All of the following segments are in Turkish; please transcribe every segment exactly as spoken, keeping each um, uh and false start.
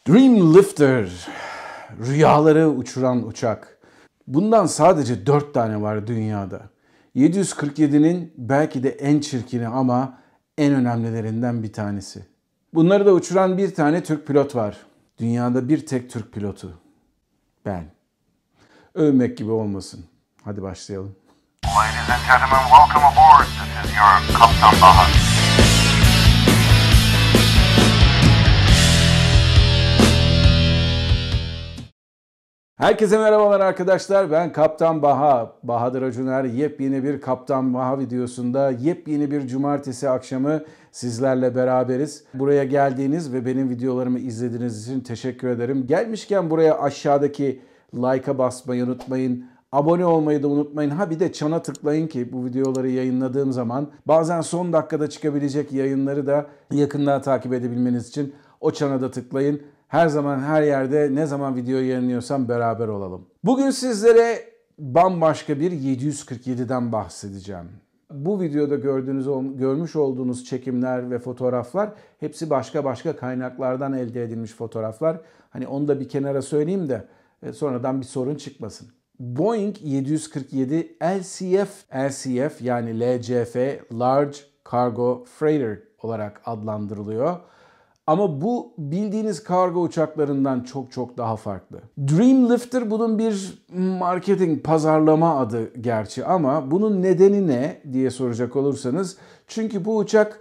Dreamlifter, rüyaları uçuran uçak. Bundan sadece dört tane var dünyada. yedi yüz kırk yedinin belki de en çirkini ama en önemlilerinden bir tanesi. Bunları da uçuran bir tane Türk pilot var. Dünyada bir tek Türk pilotu. Ben. Övmek gibi olmasın. Hadi başlayalım. Ladies and gentlemen, welcome aboard. This is your Kaptan Baha. Herkese merhabalar arkadaşlar. Ben Kaptan Baha. Bahadır Acuner yepyeni bir Kaptan Baha videosunda yepyeni bir cumartesi akşamı sizlerle beraberiz. Buraya geldiğiniz ve benim videolarımı izlediğiniz için teşekkür ederim. Gelmişken buraya aşağıdaki like'a basmayı unutmayın. Abone olmayı da unutmayın. Ha bir de çana tıklayın ki bu videoları yayınladığım zaman bazen son dakikada çıkabilecek yayınları da yakından takip edebilmeniz için o çana da tıklayın. Her zaman her yerde ne zaman video yayınlıyorsam beraber olalım. Bugün sizlere bambaşka bir yedi yüz kırk yediden bahsedeceğim. Bu videoda gördüğünüz, görmüş olduğunuz çekimler ve fotoğraflar hepsi başka başka kaynaklardan elde edilmiş fotoğraflar. Hani onu da bir kenara söyleyeyim de sonradan bir sorun çıkmasın. Boeing yedi yüz kırk yedi L C F, L C F yani L C F, Large Cargo Freighter olarak adlandırılıyor. Ama bu bildiğiniz kargo uçaklarından çok çok daha farklı. Dreamlifter bunun bir marketing, pazarlama adı gerçi ama bunun nedeni ne diye soracak olursanız çünkü bu uçak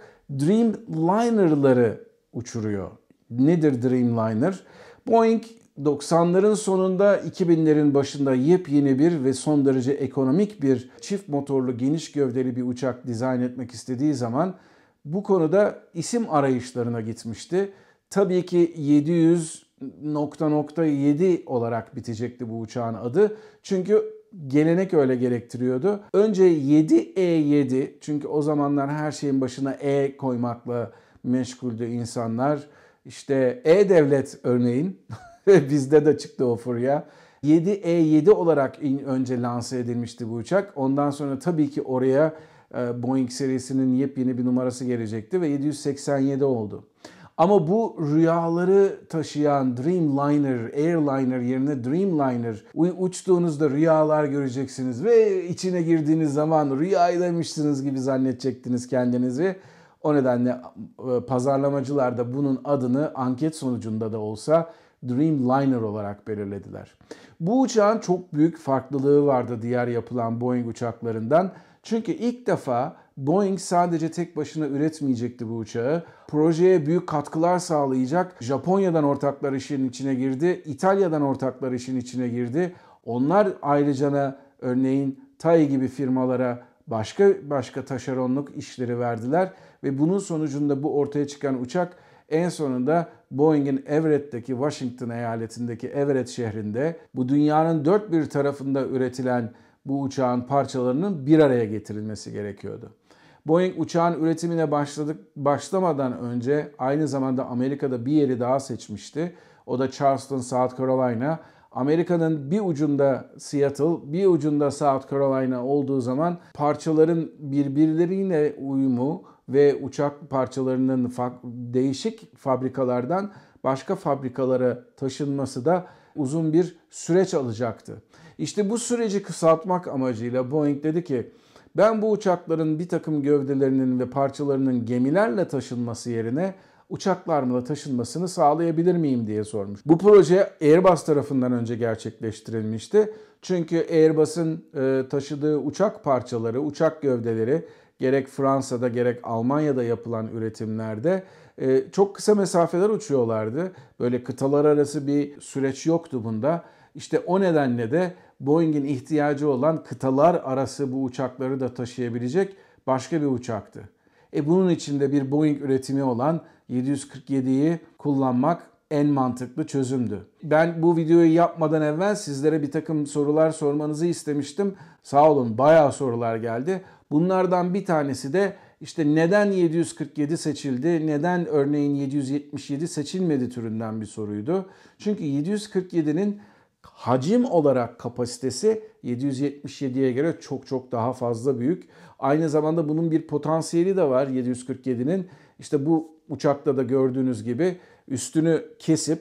Dreamliner'ları uçuruyor. Nedir Dreamliner? Boeing doksanların sonunda iki binlerin başında yepyeni bir ve son derece ekonomik bir çift motorlu geniş gövdeli bir uçak dizayn etmek istediği zaman bu konuda isim arayışlarına gitmişti. Tabii ki yedi yüz nokta nokta yedi olarak bitecekti bu uçağın adı. Çünkü gelenek öyle gerektiriyordu. Önce yedi E yedi çünkü o zamanlar her şeyin başına E koymakla meşguldü insanlar. İşte E-Devlet örneğin bizde de çıktı o furya. yedi E yedi olarak önce lanse edilmişti bu uçak. Ondan sonra tabii ki oraya Boeing serisinin yepyeni bir numarası gelecekti ve yedi yüz seksen yedi oldu. Ama bu rüyaları taşıyan Dreamliner, Airliner yerine Dreamliner uçtuğunuzda rüyalar göreceksiniz ve içine girdiğiniz zaman rüyaymışsınız gibi zannedecektiniz kendinizi. O nedenle pazarlamacılar da bunun adını anket sonucunda da olsa Dreamliner olarak belirlediler. Bu uçağın çok büyük farklılığı vardı diğer yapılan Boeing uçaklarından. Çünkü ilk defa Boeing sadece tek başına üretmeyecekti bu uçağı. Projeye büyük katkılar sağlayacak Japonya'dan ortaklar işin içine girdi, İtalya'dan ortaklar işin içine girdi. Onlar ayrıca örneğin T A I gibi firmalara başka başka taşeronluk işleri verdiler ve bunun sonucunda bu ortaya çıkan uçak en sonunda Boeing'in Everett'teki Washington eyaletindeki Everett şehrinde bu dünyanın dört bir tarafında üretilen bu uçağın parçalarının bir araya getirilmesi gerekiyordu. Boeing uçağın üretimine başladık, başlamadan önce aynı zamanda Amerika'da bir yeri daha seçmişti. O da Charleston, South Carolina. Amerika'nın bir ucunda Seattle, bir ucunda South Carolina olduğu zaman parçaların birbirleriyle uyumu ve uçak parçalarının değişik fabrikalardan başka fabrikalara taşınması da uzun bir süreç alacaktı. İşte bu süreci kısaltmak amacıyla Boeing dedi ki ben bu uçakların bir takım gövdelerinin ve parçalarının gemilerle taşınması yerine uçaklarla taşınmasını sağlayabilir miyim diye sormuş. Bu proje Airbus tarafından önce gerçekleştirilmişti. Çünkü Airbus'un taşıdığı uçak parçaları, uçak gövdeleri gerek Fransa'da gerek Almanya'da yapılan üretimlerde çok kısa mesafeler uçuyorlardı. Böyle kıtalar arası bir süreç yoktu bunda. İşte o nedenle de Boeing'in ihtiyacı olan kıtalar arası bu uçakları da taşıyabilecek başka bir uçaktı. E bunun için de bir Boeing üretimi olan yedi yüz kırk yediyi kullanmak en mantıklı çözümdü. Ben bu videoyu yapmadan evvel sizlere bir takım sorular sormanızı istemiştim. Sağ olun bayağı sorular geldi. Bunlardan bir tanesi de işte neden yedi yüz kırk yedi seçildi, neden örneğin yedi yüz yetmiş yedi seçilmedi türünden bir soruydu. Çünkü yedi yüz kırk yedinin hacim olarak kapasitesi yedi yüz yetmiş yediye göre çok çok daha fazla büyük. Aynı zamanda bunun bir potansiyeli de var yedi yüz kırk yedinin. İşte bu uçakta da gördüğünüz gibi üstünü kesip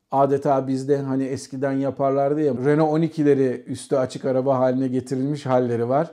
Adeta bizde hani eskiden yaparlardı ya, Renault on ikileri üstü açık araba haline getirilmiş halleri var.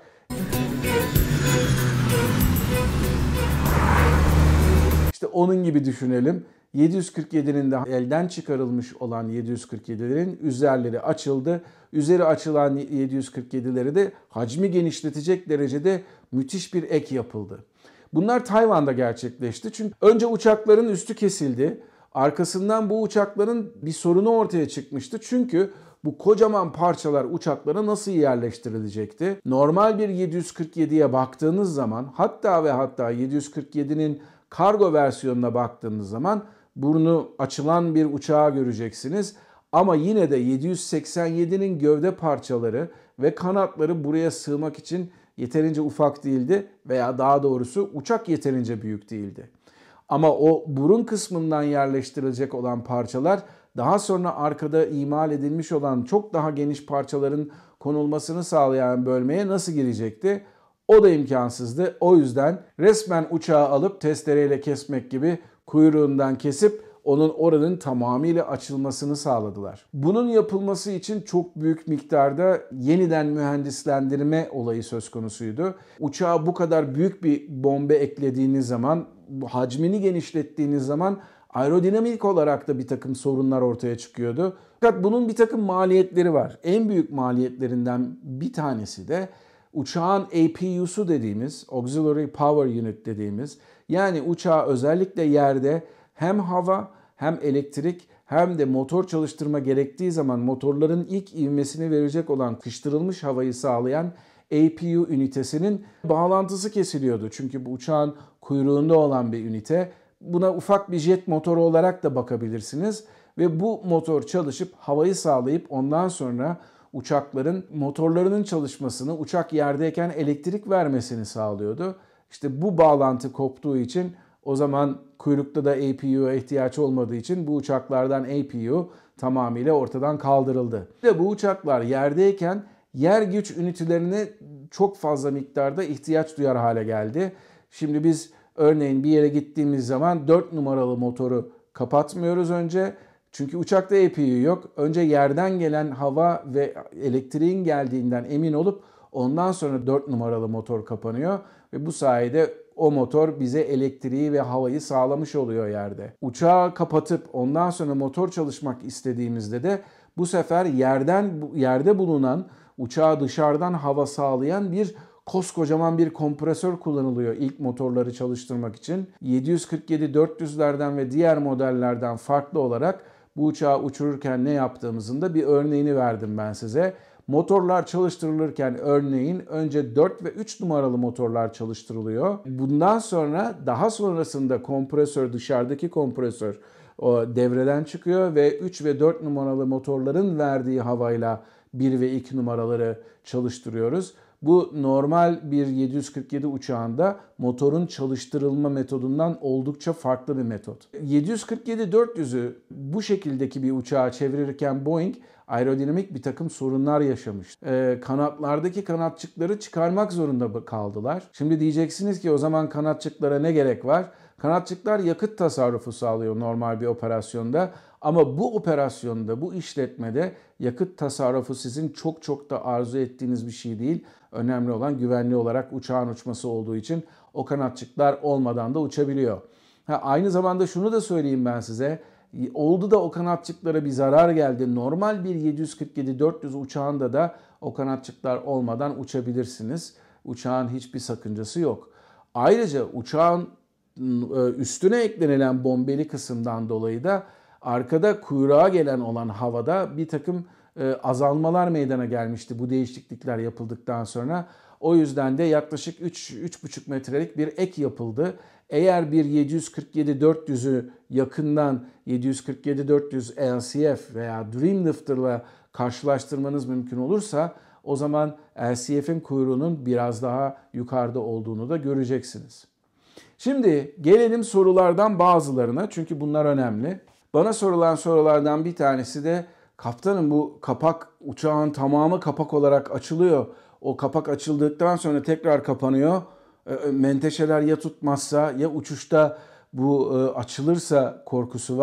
İşte onun gibi düşünelim. yedi yüz kırk yedinin de elden çıkarılmış olan yedi yüz kırk yedilerin üzerleri açıldı. Üzeri açılan yedi yüz kırk yedileri de hacmi genişletecek derecede müthiş bir ek yapıldı. Bunlar Tayvan'da gerçekleşti. Çünkü önce uçakların üstü kesildi. Arkasından bu uçakların bir sorunu ortaya çıkmıştı. Çünkü bu kocaman parçalar uçaklara nasıl yerleştirilecekti? Normal bir yedi yüz kırk yediye baktığınız zaman, hatta ve hatta yedi yüz kırk yedinin kargo versiyonuna baktığınız zaman burnu açılan bir uçağı göreceksiniz. Ama yine de yedi yüz seksen yedinin gövde parçaları ve kanatları buraya sığmak için yeterince ufak değildi veya daha doğrusu uçak yeterince büyük değildi. Ama o burun kısmından yerleştirilecek olan parçalar daha sonra arkada imal edilmiş olan çok daha geniş parçaların konulmasını sağlayan bölmeye nasıl girecekti? O da imkansızdı. O yüzden resmen uçağı alıp testereyle kesmek gibi kuyruğundan kesip onun oranın tamamıyla açılmasını sağladılar. Bunun yapılması için çok büyük miktarda yeniden mühendislendirme olayı söz konusuydu. Uçağa bu kadar büyük bir bombe eklediğiniz zaman, hacmini genişlettiğiniz zaman aerodinamik olarak da bir takım sorunlar ortaya çıkıyordu. Fakat bunun bir takım maliyetleri var. En büyük maliyetlerinden bir tanesi de uçağın A P U'su dediğimiz, Auxiliary Power Unit dediğimiz, yani uçağı özellikle yerde hem hava hem elektrik hem de motor çalıştırma gerektiği zaman motorların ilk ivmesini verecek olan kıştırılmış havayı sağlayan A P U ünitesinin bağlantısı kesiliyordu. Çünkü bu uçağın kuyruğunda olan bir ünite. Buna ufak bir jet motoru olarak da bakabilirsiniz. Ve bu motor çalışıp havayı sağlayıp ondan sonra uçakların motorlarının çalışmasını, uçak yerdeyken elektrik vermesini sağlıyordu. İşte bu bağlantı koptuğu için o zaman kuyrukta da A P U'ya ihtiyaç olmadığı için bu uçaklardan A P U tamamıyla ortadan kaldırıldı. Ve bu uçaklar yerdeyken yer güç ünitelerine çok fazla miktarda ihtiyaç duyar hale geldi. Şimdi biz örneğin bir yere gittiğimiz zaman dört numaralı motoru kapatmıyoruz önce. Çünkü uçakta A P U yok. Önce yerden gelen hava ve elektriğin geldiğinden emin olup ondan sonra dört numaralı motor kapanıyor. Ve bu sayede o motor bize elektriği ve havayı sağlamış oluyor yerde. Uçağı kapatıp ondan sonra motor çalışmak istediğimizde de bu sefer yerden yerde bulunan uçağa dışarıdan hava sağlayan bir koskocaman bir kompresör kullanılıyor ilk motorları çalıştırmak için. yedi yüz kırk yedi dört yüzlerden ve diğer modellerden farklı olarak bu uçağı uçururken ne yaptığımızın da bir örneğini verdim ben size. Motorlar çalıştırılırken örneğin önce dört ve üç numaralı motorlar çalıştırılıyor. Bundan sonra daha sonrasında kompresör, dışarıdaki kompresör o devreden çıkıyor ve üç ve dört numaralı motorların verdiği havayla bir ve iki numaraları çalıştırıyoruz. Bu normal bir yedi yüz kırk yedi uçağında motorun çalıştırılma metodundan oldukça farklı bir metot. yedi yüz kırk yedi dört yüzü bu şekildeki bir uçağa çevirirken Boeing aerodinamik bir takım sorunlar yaşamış. Ee, kanatlardaki kanatçıkları çıkarmak zorunda kaldılar. Şimdi diyeceksiniz ki o zaman kanatçıklara ne gerek var? Kanatçıklar yakıt tasarrufu sağlıyor normal bir operasyonda. Ama bu operasyonda, bu işletmede yakıt tasarrufu sizin çok çok da arzu ettiğiniz bir şey değil. Önemli olan güvenli olarak uçağın uçması olduğu için o kanatçıklar olmadan da uçabiliyor. Ha, aynı zamanda şunu da söyleyeyim ben size. Oldu da o kanatçıklara bir zarar geldi. Normal bir yedi yüz kırk yedi dört yüz uçağında da o kanatçıklar olmadan uçabilirsiniz. Uçağın hiçbir sakıncası yok. Ayrıca uçağın üstüne eklenilen bombeli kısımdan dolayı da arkada kuyruğa gelen olan havada bir takım azalmalar meydana gelmişti bu değişiklikler yapıldıktan sonra. O yüzden de yaklaşık üç üç buçuk metrelik bir ek yapıldı. Eğer bir yedi yüz kırk yedi dört yüzü yakından yedi yüz kırk yedi dört yüz L C F veya Dreamlifter'la karşılaştırmanız mümkün olursa o zaman L C F'in kuyruğunun biraz daha yukarıda olduğunu da göreceksiniz. Şimdi gelelim sorulardan bazılarına çünkü bunlar önemli. Bana sorulan sorulardan bir tanesi de kaptanım bu kapak uçağın tamamı kapak olarak açılıyor. O kapak açıldıktan sonra tekrar kapanıyor. Menteşeler ya tutmazsa ya uçuşta bu açılırsa korkusu var.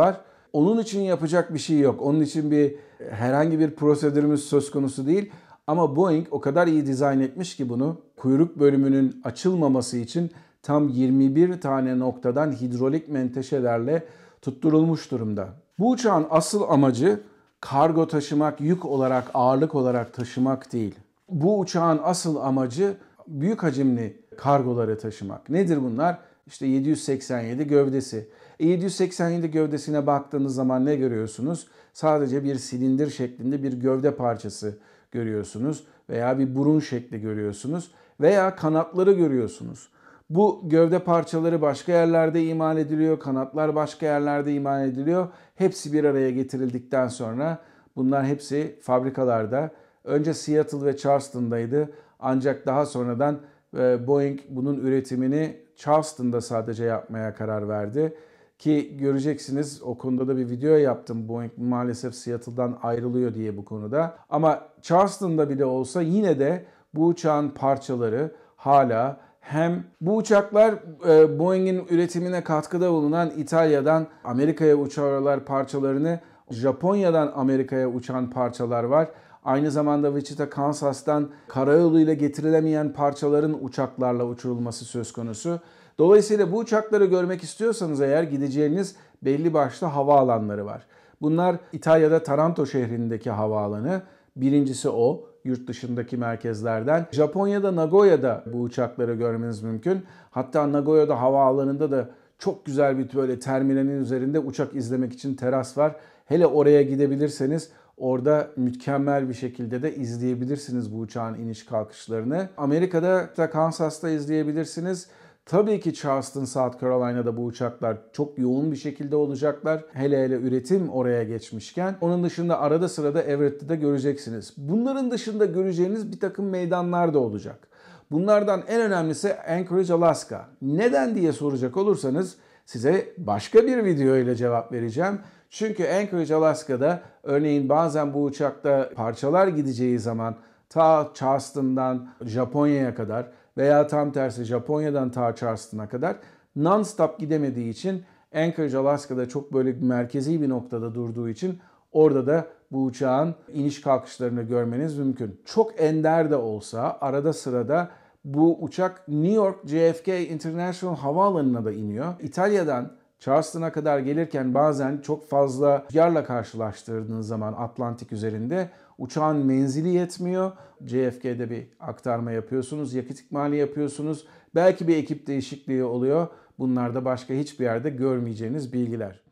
Onun için yapacak bir şey yok. Onun için bir herhangi bir prosedürümüz söz konusu değil. Ama Boeing o kadar iyi dizayn etmiş ki bunu, kuyruk bölümünün açılmaması için tam yirmi bir tane noktadan hidrolik menteşelerle tutturulmuş durumda. Bu uçağın asıl amacı kargo taşımak, yük olarak, ağırlık olarak taşımak değil. Bu uçağın asıl amacı büyük hacimli kargoları taşımak. Nedir bunlar? İşte yedi yüz seksen yedi gövdesi. E yedi yüz seksen yedi gövdesine baktığınız zaman ne görüyorsunuz? Sadece bir silindir şeklinde bir gövde parçası görüyorsunuz veya bir burun şekli görüyorsunuz veya kanatları görüyorsunuz. Bu gövde parçaları başka yerlerde imal ediliyor, kanatlar başka yerlerde imal ediliyor. Hepsi bir araya getirildikten sonra bunlar hepsi fabrikalarda, önce Seattle ve Charleston'daydı ancak daha sonradan Boeing bunun üretimini Charleston'da sadece yapmaya karar verdi. Ki göreceksiniz, o konuda da bir video yaptım. Boeing maalesef Seattle'dan ayrılıyor diye bu konuda. Ama Charleston'da bile olsa yine de bu uçağın parçaları hala, hem bu uçaklar Boeing'in üretimine katkıda bulunan İtalya'dan Amerika'ya uçarlar parçalarını, Japonya'dan Amerika'ya uçan parçalar var. Aynı zamanda Wichita, Kansas'tan karayoluyla getirilemeyen parçaların uçaklarla uçurulması söz konusu. Dolayısıyla bu uçakları görmek istiyorsanız eğer gideceğiniz belli başlı havaalanları var. Bunlar İtalya'da Taranto şehrindeki havaalanı. Birincisi o, yurt dışındaki merkezlerden. Japonya'da Nagoya'da bu uçakları görmeniz mümkün. Hatta Nagoya'da havaalanında da çok güzel bir böyle terminalin üzerinde uçak izlemek için teras var. Hele oraya gidebilirseniz orada mükemmel bir şekilde de izleyebilirsiniz bu uçağın iniş kalkışlarını. Amerika'da da Kansas'ta izleyebilirsiniz. Tabii ki Charleston, South Carolina'da bu uçaklar çok yoğun bir şekilde olacaklar. Hele hele üretim oraya geçmişken. Onun dışında arada sırada Everett'te de göreceksiniz. Bunların dışında göreceğiniz bir takım meydanlar da olacak. Bunlardan en önemlisi Anchorage, Alaska. Neden diye soracak olursanız size başka bir video ile cevap vereceğim. Çünkü Anchorage, Alaska'da örneğin bazen bu uçakta parçalar gideceği zaman ta Charleston'dan Japonya'ya kadar veya tam tersi Japonya'dan ta Charleston'a kadar non-stop gidemediği için Anchorage, Alaska'da çok böyle merkezi bir noktada durduğu için orada da bu uçağın iniş kalkışlarını görmeniz mümkün. Çok ender de olsa arada sırada bu uçak New York J F K International Havaalanı'na da iniyor. İtalya'dan Charleston'a kadar gelirken bazen çok fazla rüzgarla karşılaştırdığınız zaman Atlantik üzerinde uçağın menzili yetmiyor. J F K'de bir aktarma yapıyorsunuz, yakıt ikmali yapıyorsunuz. Belki bir ekip değişikliği oluyor. Bunlar da başka hiçbir yerde görmeyeceğiniz bilgiler.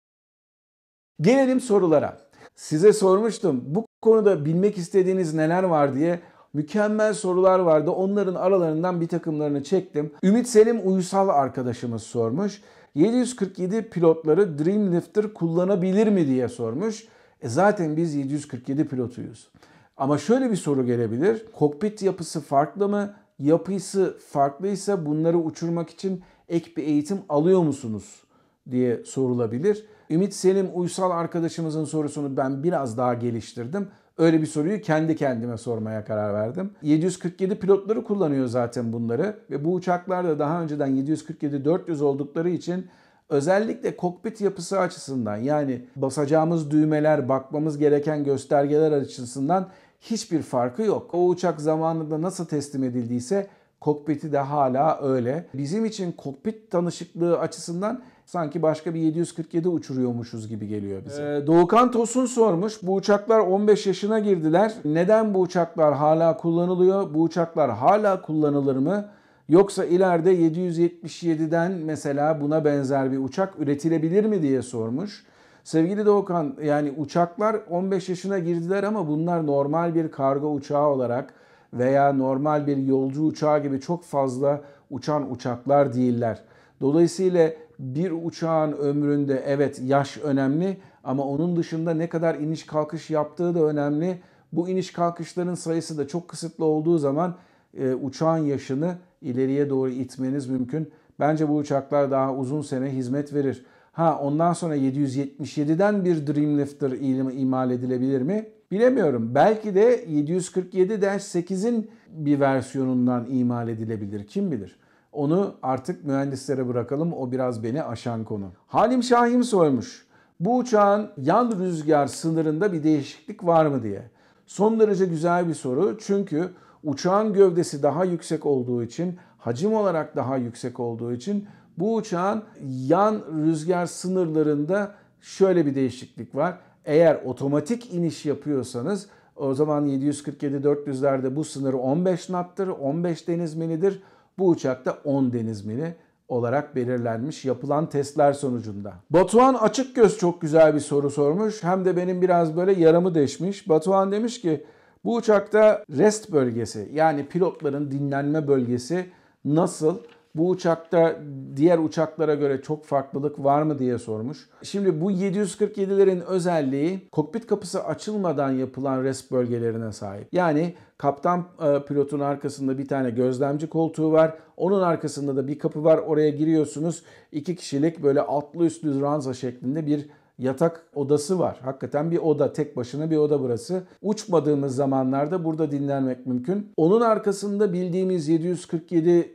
Gelelim sorulara. Size sormuştum bu konuda bilmek istediğiniz neler var diye. Mükemmel sorular vardı. Onların aralarından bir takımlarını çektim. Ümit Selim Uysal arkadaşımız sormuş. yedi yüz kırk yedi pilotları Dreamlifter kullanabilir mi diye sormuş. E zaten biz yedi yüz kırk yedi pilotuyuz. Ama şöyle bir soru gelebilir. Kokpit yapısı farklı mı? Yapısı farklıysa bunları uçurmak için ek bir eğitim alıyor musunuz diye sorulabilir. Ümit Selim Uysal arkadaşımızın sorusunu ben biraz daha geliştirdim. Öyle bir soruyu kendi kendime sormaya karar verdim. yedi yüz kırk yedi pilotları kullanıyor zaten bunları ve bu uçaklar da daha önceden yedi yüz kırk yedi dört yüz oldukları için özellikle kokpit yapısı açısından, yani basacağımız düğmeler, bakmamız gereken göstergeler açısından hiçbir farkı yok. O uçak zamanında nasıl teslim edildiyse kokpiti de hala öyle. Bizim için kokpit tanışıklığı açısından sanki başka bir yedi yüz kırk yedi uçuruyormuşuz gibi geliyor bize. Ee, Doğukan Tosun sormuş. Bu uçaklar on beş yaşına girdiler. Neden bu uçaklar hala kullanılıyor? Bu uçaklar hala kullanılır mı? Yoksa ileride yedi yüz yetmiş yediden mesela buna benzer bir uçak üretilebilir mi diye sormuş. Sevgili Doğukan, yani uçaklar on beş yaşına girdiler ama bunlar normal bir kargo uçağı olarak veya normal bir yolcu uçağı gibi çok fazla uçan uçaklar değiller. Dolayısıyla bir uçağın ömründe evet yaş önemli ama onun dışında ne kadar iniş kalkış yaptığı da önemli. Bu iniş kalkışların sayısı da çok kısıtlı olduğu zaman e, uçağın yaşını ileriye doğru itmeniz mümkün. Bence bu uçaklar daha uzun sene hizmet verir. Ha ondan sonra yedi yüz yetmiş yediden bir Dreamlifter imal edilebilir mi? Bilemiyorum. Belki de yedi yüz kırk yedi sekizin bir versiyonundan imal edilebilir. Kim bilir? Onu artık mühendislere bırakalım. O biraz beni aşan konu. Halim Şahin sormuş. Bu uçağın yan rüzgar sınırında bir değişiklik var mı diye. Son derece güzel bir soru çünkü uçağın gövdesi daha yüksek olduğu için, hacim olarak daha yüksek olduğu için bu uçağın yan rüzgar sınırlarında şöyle bir değişiklik var. Eğer otomatik iniş yapıyorsanız o zaman yedi yüz kırk yedi dört yüzlerde bu sınır on beş knot'tır, on beş deniz milidir. Bu uçakta on deniz mili olarak belirlenmiş yapılan testler sonucunda. Batuhan Açıkgöz çok güzel bir soru sormuş. Hem de benim biraz böyle yaramı deşmiş. Batuhan demiş ki bu uçakta rest bölgesi yani pilotların dinlenme bölgesi nasıl? Bu uçakta diğer uçaklara göre çok farklılık var mı diye sormuş. Şimdi bu yedi yüz kırk yedilerin özelliği kokpit kapısı açılmadan yapılan rest bölgelerine sahip. Yani kaptan pilotun arkasında bir tane gözlemci koltuğu var. Onun arkasında da bir kapı var. Oraya giriyorsunuz. İki kişilik böyle altlı üstlü ranza şeklinde bir yatak odası var. Hakikaten bir oda, tek başına bir oda burası. Uçmadığımız zamanlarda burada dinlenmek mümkün. Onun arkasında bildiğimiz yedi yüz kırk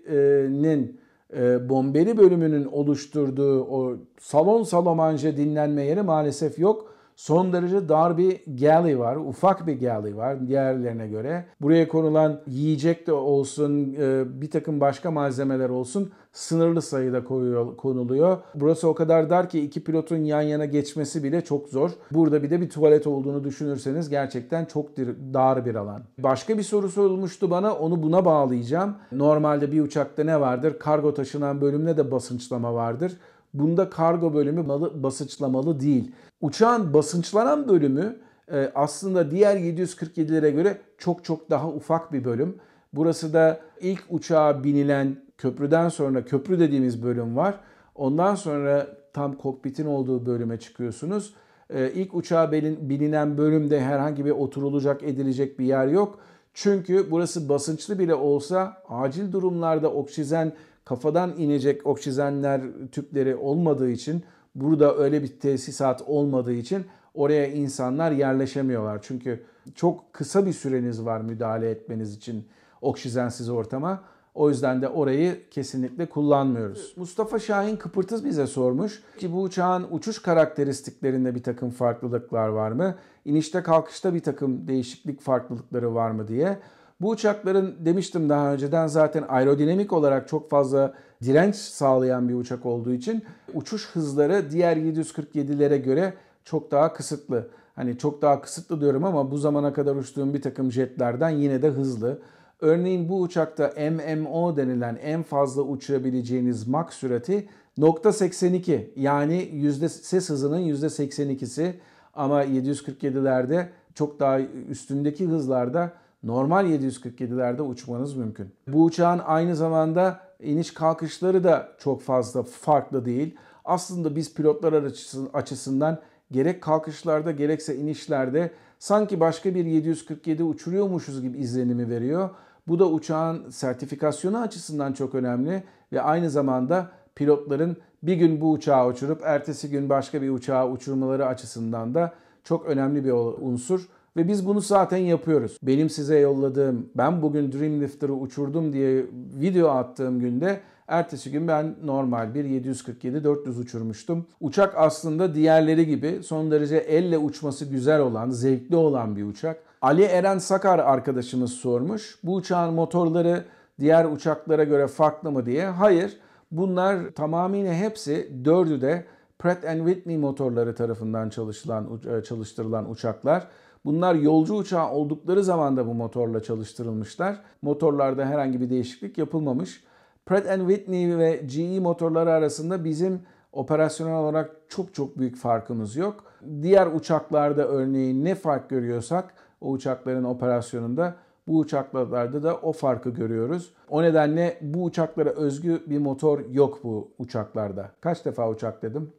yedinin e, bombeli bölümünün oluşturduğu o salon salomanje dinlenme yeri maalesef yok. Son derece dar bir galley var, ufak bir galley var diğerlerine göre. Buraya konulan yiyecek de olsun, bir takım başka malzemeler olsun sınırlı sayıda konuluyor. Burası o kadar dar ki iki pilotun yan yana geçmesi bile çok zor. Burada bir de bir tuvalet olduğunu düşünürseniz gerçekten çok dar bir alan. Başka bir soru sorulmuştu bana, onu buna bağlayacağım. Normalde bir uçakta ne vardır? Kargo taşınan bölümde de basınçlama vardır. Bunda kargo bölümü basınçlamalı değil. Uçağın basınçlanan bölümü aslında diğer yedi yüz kırk yedilere göre çok çok daha ufak bir bölüm. Burası da ilk uçağa binilen köprüden sonra köprü dediğimiz bölüm var. Ondan sonra tam kokpitin olduğu bölüme çıkıyorsunuz. İlk uçağa binilen bölümde herhangi bir oturulacak edilecek bir yer yok. Çünkü burası basınçlı bile olsa acil durumlarda oksijen kafadan inecek oksijenler tüpleri olmadığı için burada öyle bir tesisat olmadığı için oraya insanlar yerleşemiyorlar. Çünkü çok kısa bir süreniz var müdahale etmeniz için oksijensiz ortama. O yüzden de orayı kesinlikle kullanmıyoruz. Mustafa Şahin Kıpırtız bize sormuş ki bu uçağın uçuş karakteristiklerinde bir takım farklılıklar var mı? İnişte kalkışta bir takım değişiklik farklılıkları var mı diye. Bu uçakların demiştim daha önceden zaten aerodinamik olarak çok fazla direnç sağlayan bir uçak olduğu için uçuş hızları diğer yedi yüz kırk yedilere göre çok daha kısıtlı. Hani çok daha kısıtlı diyorum ama bu zamana kadar uçtuğum bir takım jetlerden yine de hızlı. Örneğin bu uçakta M M O denilen en fazla uçabileceğiniz Mach sürati nokta seksen iki yani yüzde, ses hızının yüzde seksen ikisi ama yedi yüz kırk yedilerde çok daha üstündeki hızlarda normal yedi yüz kırk yedilerde uçmanız mümkün. Bu uçağın aynı zamanda iniş kalkışları da çok fazla farklı değil. Aslında biz pilotlar açısından gerek kalkışlarda gerekse inişlerde sanki başka bir yedi yüz kırk yedi uçuruyormuşuz gibi izlenimi veriyor. Bu da uçağın sertifikasyonu açısından çok önemli ve aynı zamanda pilotların bir gün bu uçağı uçurup ertesi gün başka bir uçağı uçurmaları açısından da çok önemli bir unsur. Ve biz bunu zaten yapıyoruz. Benim size yolladığım, ben bugün Dreamlifter'ı uçurdum diye video attığım günde ertesi gün ben normal bir yedi yüz kırk yedi dört yüz uçurmuştum. Uçak aslında diğerleri gibi son derece elle uçması güzel olan, zevkli olan bir uçak. Ali Eren Sakar arkadaşımız sormuş. Bu uçağın motorları diğer uçaklara göre farklı mı diye. Hayır, bunlar tamamıyla hepsi dördü de Pratt and Whitney motorları tarafından çalışılan, çalıştırılan uçaklar. Bunlar yolcu uçağı oldukları zaman da bu motorla çalıştırılmışlar. Motorlarda herhangi bir değişiklik yapılmamış. Pratt and Whitney ve G E motorları arasında bizim operasyonel olarak çok çok büyük farkımız yok. Diğer uçaklarda örneğin ne fark görüyorsak o uçakların operasyonunda bu uçaklarda da o farkı görüyoruz. O nedenle bu uçaklara özgü bir motor yok bu uçaklarda. Kaç defa uçak dedim?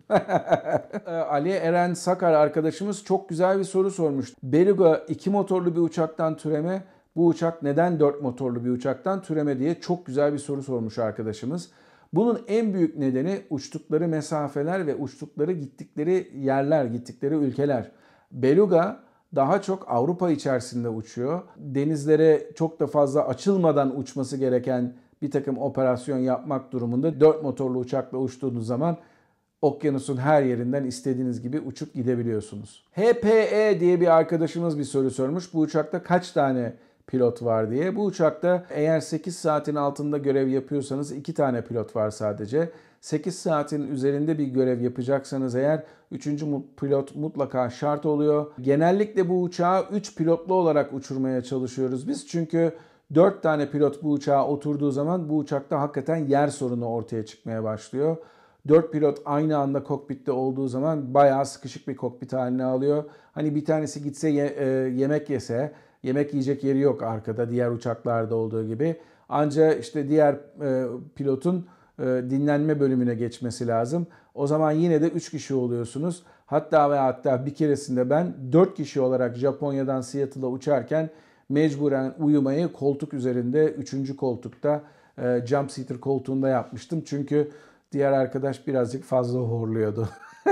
Ali Eren Sakar arkadaşımız çok güzel bir soru sormuş. Beluga iki motorlu bir uçaktan türeme, bu uçak neden dört motorlu bir uçaktan türeme diye çok güzel bir soru sormuş arkadaşımız. Bunun en büyük nedeni uçtukları mesafeler ve uçtukları gittikleri yerler, gittikleri ülkeler. Beluga daha çok Avrupa içerisinde uçuyor. Denizlere çok da fazla açılmadan uçması gereken bir takım operasyon yapmak durumunda dört motorlu uçakla uçtuğunuz zaman okyanusun her yerinden istediğiniz gibi uçup gidebiliyorsunuz. H P E diye bir arkadaşımız bir soru sormuş. Bu uçakta kaç tane pilot var diye. Bu uçakta eğer sekiz saatin altında görev yapıyorsanız iki tane pilot var sadece. sekiz saatin üzerinde bir görev yapacaksanız eğer üçüncü pilot mutlaka şart oluyor. Genellikle bu uçağı üç pilotlu olarak uçurmaya çalışıyoruz biz. Çünkü dört tane pilot bu uçağa oturduğu zaman bu uçakta hakikaten yer sorunu ortaya çıkmaya başlıyor. dört pilot aynı anda kokpitte olduğu zaman bayağı sıkışık bir kokpit haline alıyor. Hani bir tanesi gitse ye, e, yemek yese, yemek yiyecek yeri yok arkada diğer uçaklarda olduğu gibi. Ancak işte diğer e, pilotun e, dinlenme bölümüne geçmesi lazım. O zaman yine de üç kişi oluyorsunuz. Hatta ve hatta bir keresinde ben dört kişi olarak Japonya'dan Seattle'a uçarken mecburen uyumayı koltuk üzerinde üçüncü koltukta e, jump seater koltuğunda yapmıştım. Çünkü diğer arkadaş birazcık fazla horluyordu.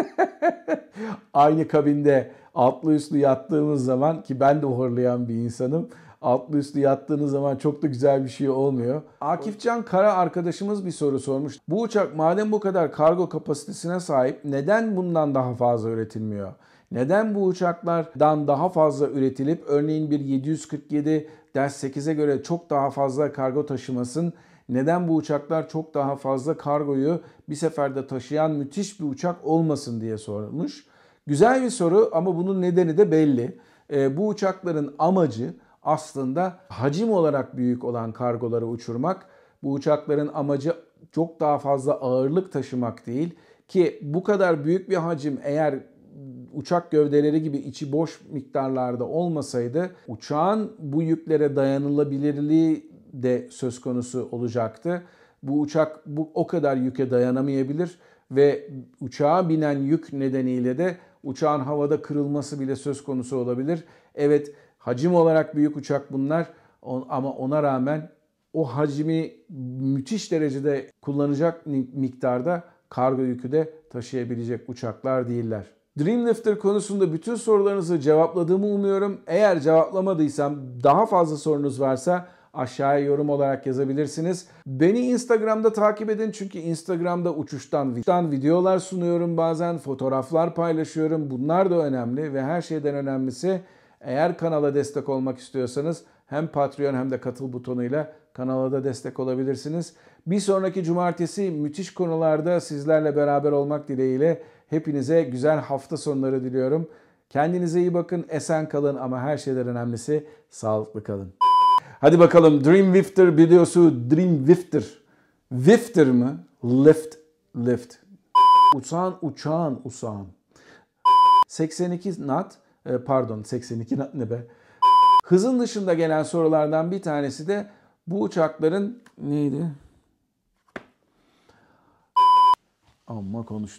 Aynı kabinde altlı üstlü yattığımız zaman, ki ben de horlayan bir insanım, altlı üstlü yattığınız zaman çok da güzel bir şey olmuyor. Akifcan Kara arkadaşımız bir soru sormuş. Bu uçak madem bu kadar kargo kapasitesine sahip neden bundan daha fazla üretilmiyor? Neden bu uçaklardan daha fazla üretilip örneğin bir yedi yüz kırk yedi sekize göre çok daha fazla kargo taşımasın? Neden bu uçaklar çok daha fazla kargoyu bir seferde taşıyan müthiş bir uçak olmasın diye sorulmuş. Güzel bir soru ama bunun nedeni de belli. E, bu uçakların amacı aslında hacim olarak büyük olan kargoları uçurmak. Bu uçakların amacı çok daha fazla ağırlık taşımak değil. Ki bu kadar büyük bir hacim eğer uçak gövdeleri gibi içi boş miktarlarda olmasaydı uçağın bu yüklere dayanılabilirliği de söz konusu olacaktı. Bu uçak bu o kadar yüke dayanamayabilir ve uçağa binen yük nedeniyle de uçağın havada kırılması bile söz konusu olabilir. Evet, hacim olarak büyük uçak bunlar ama ona rağmen o hacmi müthiş derecede kullanacak miktarda kargo yükü de taşıyabilecek uçaklar değiller. Dreamlifter konusunda bütün sorularınızı cevapladığımı umuyorum. Eğer cevaplamadıysam daha fazla sorunuz varsa aşağıya yorum olarak yazabilirsiniz. Beni Instagram'da takip edin çünkü Instagram'da uçuştan videolar sunuyorum bazen, fotoğraflar paylaşıyorum. Bunlar da önemli ve her şeyden önemlisi eğer kanala destek olmak istiyorsanız hem Patreon hem de katıl butonuyla kanala da destek olabilirsiniz. Bir sonraki cumartesi müthiş konularda sizlerle beraber olmak dileğiyle hepinize güzel hafta sonları diliyorum. Kendinize iyi bakın, esen kalın ama her şeyden önemlisi sağlıklı kalın. Hadi bakalım Dreamlifter videosu. Dreamlifter. Lifter mı? Lift. Lift. Uçağın, uçağın, uçağın. seksen iki knot. Pardon seksen iki knot ne be? Hızın dışında gelen sorulardan bir tanesi de bu uçakların neydi? Amma konuştum.